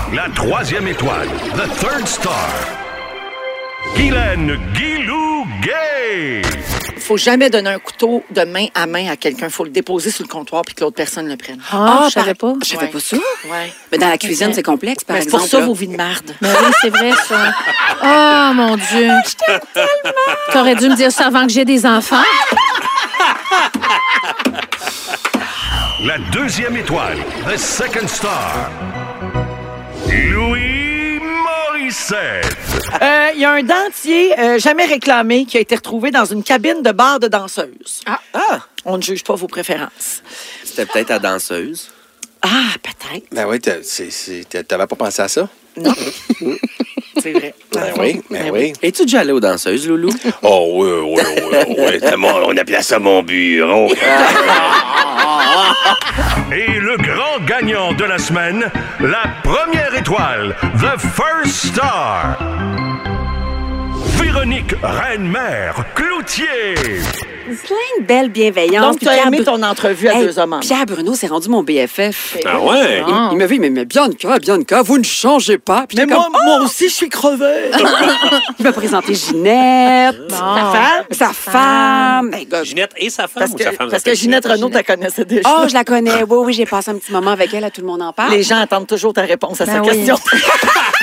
La troisième étoile, the third star, Guylaine Guilou-Gay. Faut jamais donner un couteau de main à main à quelqu'un. Faut le déposer sur le comptoir puis que l'autre personne le prenne. Ah, je savais pas. Je savais pas ça. Ouais. Mais dans la cuisine, c'est complexe, par Mais c'est exemple. pour ça là. vos vies de merde. Ben oui, c'est vrai, ça. Oh, mon Dieu. Je t'aime tellement. T'aurais dû me dire ça avant que j'ai des enfants. La deuxième étoile, the second star, Louis Morissette. Il y a un dentier jamais réclamé qui a été retrouvé dans une cabine de bar de danseuse. Ah! On ne juge pas vos préférences. C'était peut-être la danseuse. Ah, peut-être. Ben oui, t'avais pas pensé à ça? C'est vrai. Ben oui. Es-tu déjà allé aux danseuses, Loulou? Oh, oui. On appelait ça mon bureau. Et le grand gagnant de la semaine, la première étoile, the first star, Véronique Reine-Mère Cloutier. Plein de belles bienveillances. Donc, tu as aimé ton entrevue à deux hommes. Pierre Bruno s'est rendu mon BFF. Ah ouais? Il m'a vu, mais Bianca, vous ne changez pas. Puis Mais j'étais moi, comme, moi aussi, je suis crevée. il m'a présenté Ginette. Sa femme. Ben, gars, Ginette et sa femme ou sa femme? Parce que Ginette Renaud, tu la connaissais déjà. oh, je la connais. Oui, j'ai passé un petit moment avec elle. Tout le monde en parle. Les gens attendent toujours ta réponse à Ben cette oui. question.